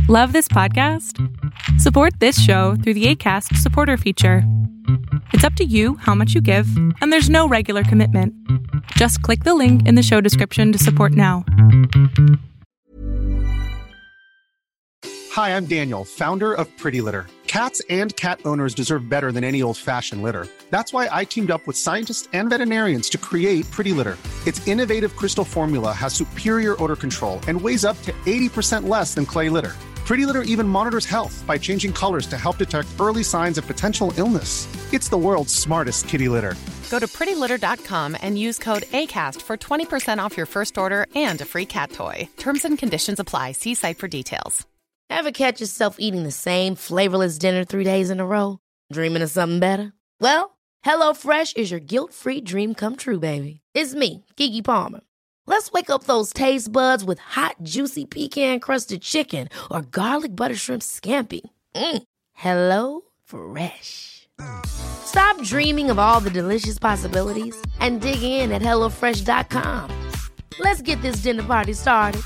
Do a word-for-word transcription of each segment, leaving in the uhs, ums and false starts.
Love this podcast? Support this show through the Acast supporter feature. It's up to you how much you give, and there's no regular commitment. Just click the link in the show description to support now. Hi, I'm Daniel, founder of Pretty Litter. Cats and cat owners deserve better than any old-fashioned litter. That's why I teamed up with scientists and veterinarians to create Pretty Litter. Its innovative crystal formula has superior odor control and weighs up to eighty percent less than clay litter. Pretty Litter even monitors health by changing colors to help detect early signs of potential illness. It's the world's smartest kitty litter. Go to pretty litter dot com and use code ACAST for twenty percent off your first order and a free cat toy. Terms and conditions apply. See site for details. Ever catch yourself eating the same flavorless dinner three days in a row? Dreaming of something better? Well, HelloFresh is your guilt-free dream come true, baby. It's me, Keke Palmer. Let's wake up those taste buds with hot, juicy pecan-crusted chicken or garlic butter shrimp scampi. Mm. Hello Fresh. Stop dreaming of all the delicious possibilities and dig in at hello fresh dot com. Let's get this dinner party started.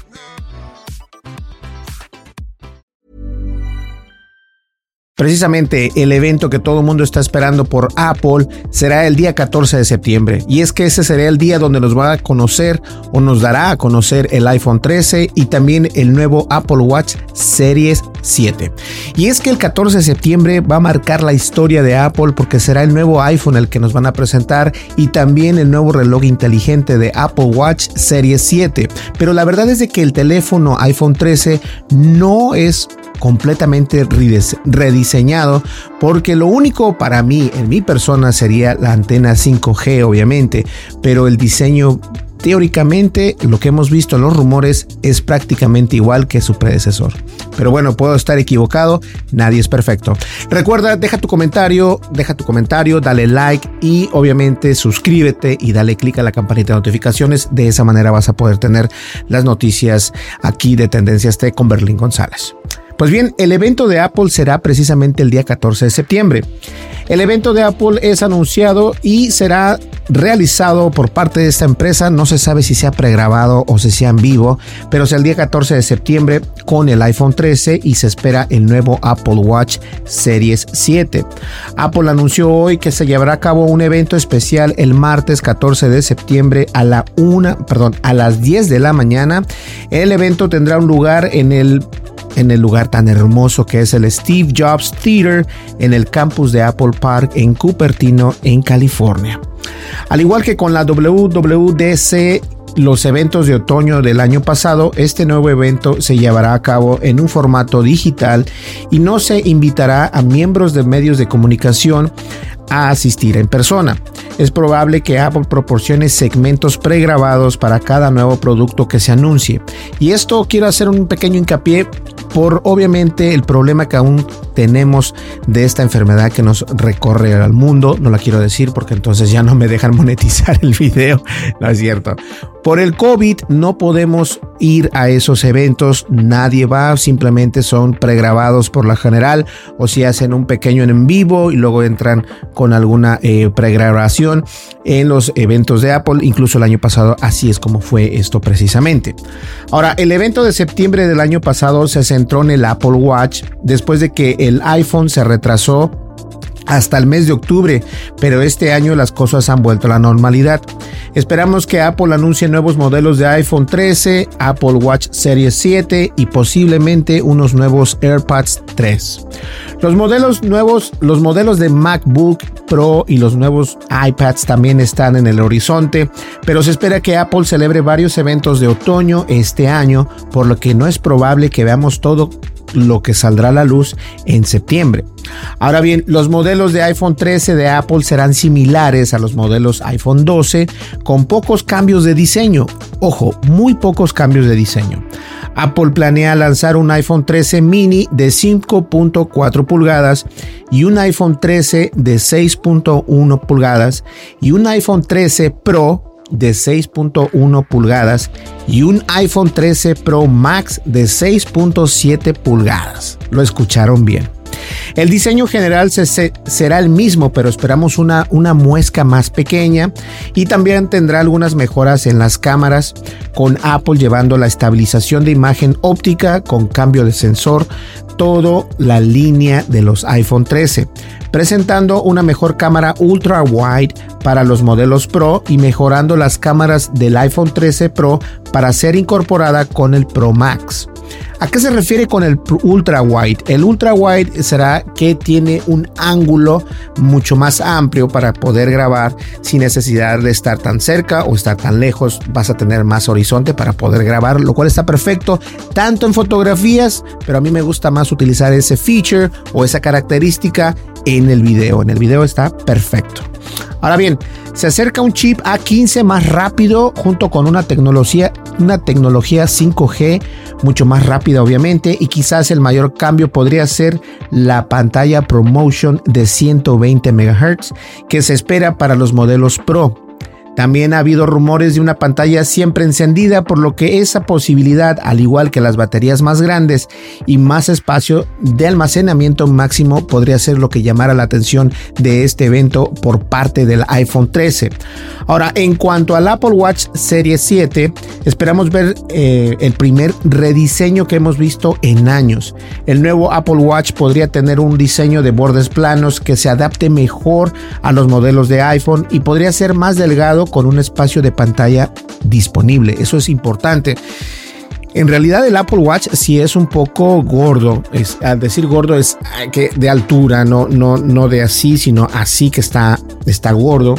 Precisamente el evento que todo el mundo está esperando por Apple será el día catorce de septiembre. Y es que ese será el día donde nos va a conocer o nos dará a conocer el iPhone trece y también el nuevo Apple Watch Series siete. Y es que el catorce de septiembre va a marcar la historia de Apple porque será el nuevo iPhone el que nos van a presentar y también el nuevo reloj inteligente de Apple Watch Series siete. Pero la verdad es de que el teléfono iPhone trece no es completamente rediseñado, porque lo único para mí, en mi persona, sería la antena cinco G, obviamente, pero el diseño, teóricamente, lo que hemos visto en los rumores es prácticamente igual que su predecesor. Pero bueno, puedo estar equivocado, nadie es perfecto. Recuerda, deja tu comentario, deja tu comentario, dale like y obviamente suscríbete y dale click a la campanita de notificaciones. De esa manera vas a poder tener las noticias aquí de Tendencias Tech con Berlín González. Pues bien, el evento de Apple será precisamente el día catorce de septiembre. El evento de Apple es anunciado y será realizado por parte de esta empresa. No se sabe si sea pregrabado o si sea en vivo, pero es el día catorce de septiembre con el iPhone trece y se espera el nuevo Apple Watch Series siete. Apple anunció hoy que se llevará a cabo un evento especial el martes catorce de septiembre a la una, perdón, a las diez de la mañana. El evento tendrá un lugar en el en el lugar tan hermoso que es el Steve Jobs Theater en el campus de Apple Park en Cupertino, en California. Al igual que con la W W D C, los eventos de otoño del año pasado, este nuevo evento se llevará a cabo en un formato digital y no se invitará a miembros de medios de comunicación a asistir en persona. Es probable que Apple proporcione segmentos pregrabados para cada nuevo producto que se anuncie. Y esto quiero hacer un pequeño hincapié por obviamente el problema que aún tenemos de esta enfermedad que nos recorre al mundo. No la quiero decir porque entonces ya no me dejan monetizar el video. No es cierto. Por el COVID no podemos ir a esos eventos, nadie va, simplemente son pregrabados por la general o si hacen un pequeño en vivo y luego entran con alguna eh, pregrabación en los eventos de Apple. Incluso el año pasado así es como fue esto precisamente. Ahora, el evento de septiembre del año pasado se centró en el Apple Watch después de que el iPhone se retrasó hasta el mes de octubre, pero este año las cosas han vuelto a la normalidad. Esperamos que Apple anuncie nuevos modelos de iPhone trece, Apple Watch Series siete y posiblemente unos nuevos AirPods tres. Los modelos nuevos, los modelos de MacBook Pro y los nuevos iPads también están en el horizonte, pero se espera que Apple celebre varios eventos de otoño este año, por lo que no es probable que veamos todo lo que saldrá a la luz en septiembre. Ahora bien, los modelos de iPhone trece de Apple serán similares a los modelos iPhone doce con pocos cambios de diseño. Ojo, muy pocos cambios de diseño. Apple planea lanzar un iPhone trece mini de cinco punto cuatro pulgadas y un iPhone trece de seis punto uno pulgadas y un iPhone trece Pro de seis punto uno pulgadas y un iPhone trece Pro Max de seis punto siete pulgadas. Lo escucharon bien. El diseño general se, se, será el mismo, pero esperamos una, una muesca más pequeña y también tendrá algunas mejoras en las cámaras, con Apple llevando la estabilización de imagen óptica con cambio de sensor, toda la línea de los iPhone trece, presentando una mejor cámara ultra wide para los modelos Pro y mejorando las cámaras del iPhone trece Pro para ser incorporada con el Pro Max. ¿A qué se refiere con el ultra wide? El ultra wide será que tiene un ángulo mucho más amplio para poder grabar sin necesidad de estar tan cerca o estar tan lejos. Vas a tener más horizonte para poder grabar, lo cual está perfecto tanto en fotografías, pero a mí me gusta más utilizar ese feature o esa característica en el video. En el video está perfecto. Ahora bien, se acerca un chip A quince más rápido junto con una tecnología, una tecnología cinco G mucho más rápida obviamente, y quizás el mayor cambio podría ser la pantalla ProMotion de ciento veinte megahertz que se espera para los modelos Pro. También ha habido rumores de una pantalla siempre encendida, por lo que esa posibilidad, al igual que las baterías más grandes y más espacio de almacenamiento máximo, podría ser lo que llamara la atención de este evento por parte del iPhone trece. Ahora, en cuanto al Apple Watch Series siete, esperamos ver eh, el primer rediseño que hemos visto en años. El nuevo Apple Watch podría tener un diseño de bordes planos que se adapte mejor a los modelos de iPhone y podría ser más delgado con un espacio de pantalla disponible. Eso es importante. En realidad el Apple Watch sí es un poco gordo. Es, al decir gordo es que de altura, no, no, no de así, sino así que está, está gordo.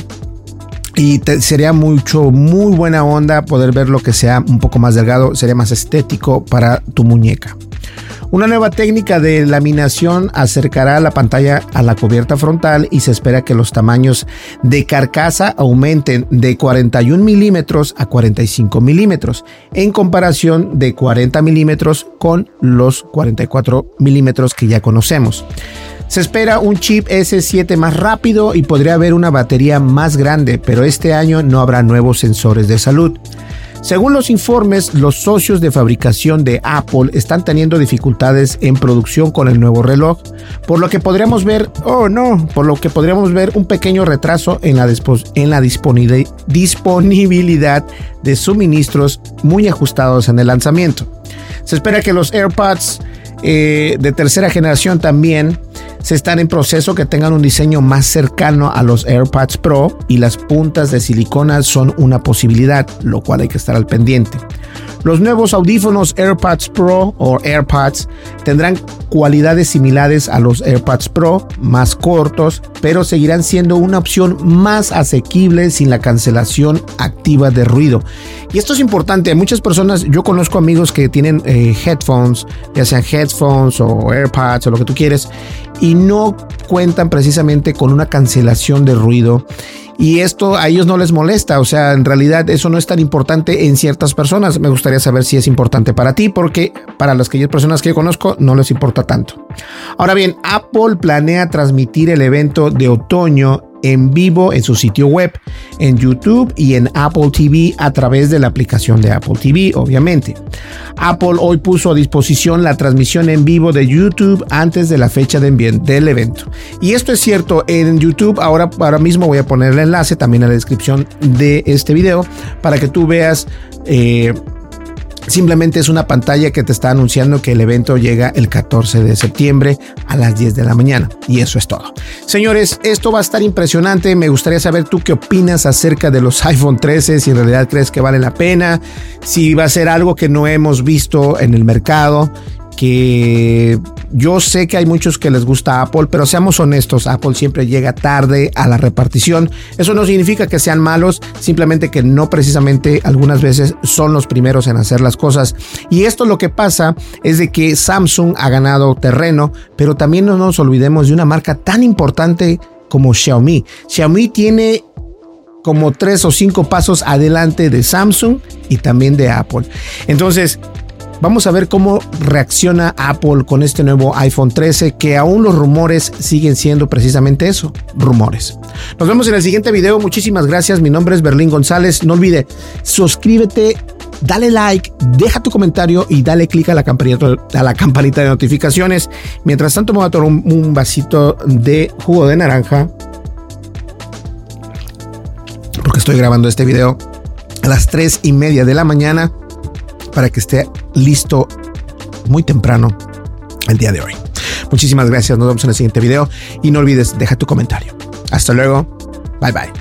Y te, sería mucho, muy buena onda poder ver lo que sea un poco más delgado. Sería más estético para tu muñeca. Una nueva técnica de laminación acercará la pantalla a la cubierta frontal y se espera que los tamaños de carcasa aumenten de cuarenta y un milímetros a cuarenta y cinco milímetros, en comparación de cuarenta milímetros con los cuarenta y cuatro milímetros que ya conocemos. Se espera un chip ese siete más rápido y podría haber una batería más grande, pero este año no habrá nuevos sensores de salud. Según los informes, los socios de fabricación de Apple están teniendo dificultades en producción con el nuevo reloj, por lo que podríamos ver, oh no, por lo que podríamos ver un pequeño retraso en la, en la disponibilidad de suministros muy ajustados en el lanzamiento. Se espera que los AirPods eh, de tercera generación también se están en proceso que tengan un diseño más cercano a los AirPods Pro, y las puntas de silicona son una posibilidad, lo cual hay que estar al pendiente. Los nuevos audífonos AirPods Pro o AirPods tendrán cualidades similares a los AirPods Pro, más cortos, pero seguirán siendo una opción más asequible sin la cancelación activa de ruido. Y esto es importante. Muchas personas, yo conozco amigos que tienen eh, headphones, ya sean headphones o AirPods o lo que tú quieres, y no cuentan precisamente con una cancelación de ruido. Y esto a ellos no les molesta, o sea, en realidad eso no es tan importante en ciertas personas. Me gustaría saber si es importante para ti, porque para las que personas que yo conozco no les importa tanto. Ahora bien, Apple planea transmitir el evento de otoño en vivo en su sitio web, en YouTube y en Apple T V a través de la aplicación de Apple T V, obviamente. Apple hoy puso a disposición la transmisión en vivo de YouTube antes de la fecha de del evento. Y esto es cierto, en YouTube ahora, ahora mismo voy a poner el enlace también en la descripción de este video para que tú veas. Eh, Simplemente es una pantalla que te está anunciando que el evento llega el catorce de septiembre a las diez de la mañana. Y eso es todo. Señores, esto va a estar impresionante. Me gustaría saber tú qué opinas acerca de los iPhone trece, si en realidad crees que vale la pena, si va a ser algo que no hemos visto en el mercado. Que yo sé que hay muchos que les gusta Apple, pero seamos honestos, Apple siempre llega tarde a la repartición. Eso no significa que sean malos, simplemente que no precisamente algunas veces son los primeros en hacer las cosas. Y esto lo que pasa es de que Samsung ha ganado terreno, pero también no nos olvidemos de una marca tan importante como Xiaomi. Xiaomi tiene como tres o cinco pasos adelante de Samsung y también de Apple. Entonces, vamos a ver cómo reacciona Apple con este nuevo iPhone trece, que aún los rumores siguen siendo precisamente eso, rumores. Nos vemos en el siguiente video. Muchísimas gracias. Mi nombre es Berlín González. No olvide, suscríbete dale like, deja tu comentario y dale click a la campanita, a la campanita de notificaciones. Mientras tanto me voy a tomar un, un vasito de jugo de naranja, porque estoy grabando este video a las tres y media de la mañana para que esté listo muy temprano el día de hoy. Muchísimas gracias, nos vemos en el siguiente video y no olvides, deja tu comentario. Hasta luego, bye bye.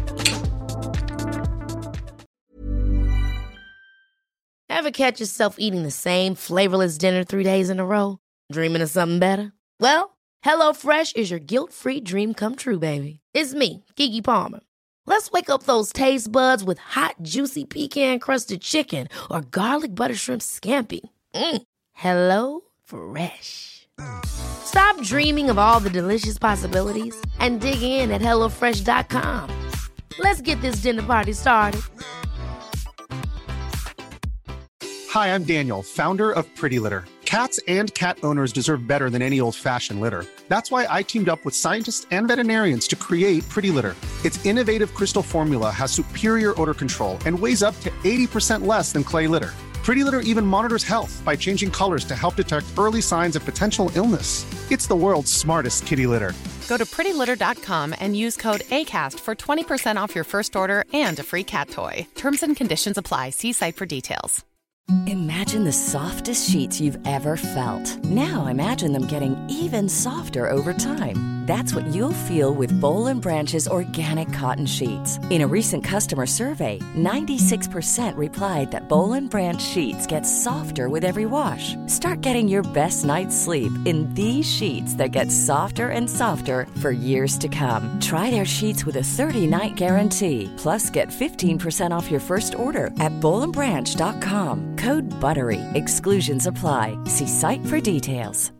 Ever catch yourself eating the same flavorless dinner three days in a row? Dreaming of something better? Well, HelloFresh is your guilt-free dream come true, baby. It's me, Keke Palmer. Let's wake up those taste buds with hot, juicy pecan-crusted chicken or garlic butter shrimp scampi. Mm. Hello Fresh. Stop dreaming of all the delicious possibilities and dig in at hello fresh dot com. Let's get this dinner party started. Hi, I'm Daniel, founder of Pretty Litter. Cats and cat owners deserve better than any old-fashioned litter. That's why I teamed up with scientists and veterinarians to create Pretty Litter. Its innovative crystal formula has superior odor control and weighs up to eighty percent less than clay litter. Pretty Litter even monitors health by changing colors to help detect early signs of potential illness. It's the world's smartest kitty litter. Go to pretty litter dot com and use code ACAST for twenty percent off your first order and a free cat toy. Terms and conditions apply. See site for details. Imagine the softest sheets you've ever felt. Now imagine them getting even softer over time. That's what you'll feel with Boll and Branch's organic cotton sheets. In a recent customer survey, ninety-six percent replied that Boll and Branch sheets get softer with every wash. Start getting your best night's sleep in these sheets that get softer and softer for years to come. Try their sheets with a thirty-night guarantee. Plus, get fifteen percent off your first order at boll and branch dot com. Code BUTTERY. Exclusions apply. See site for details.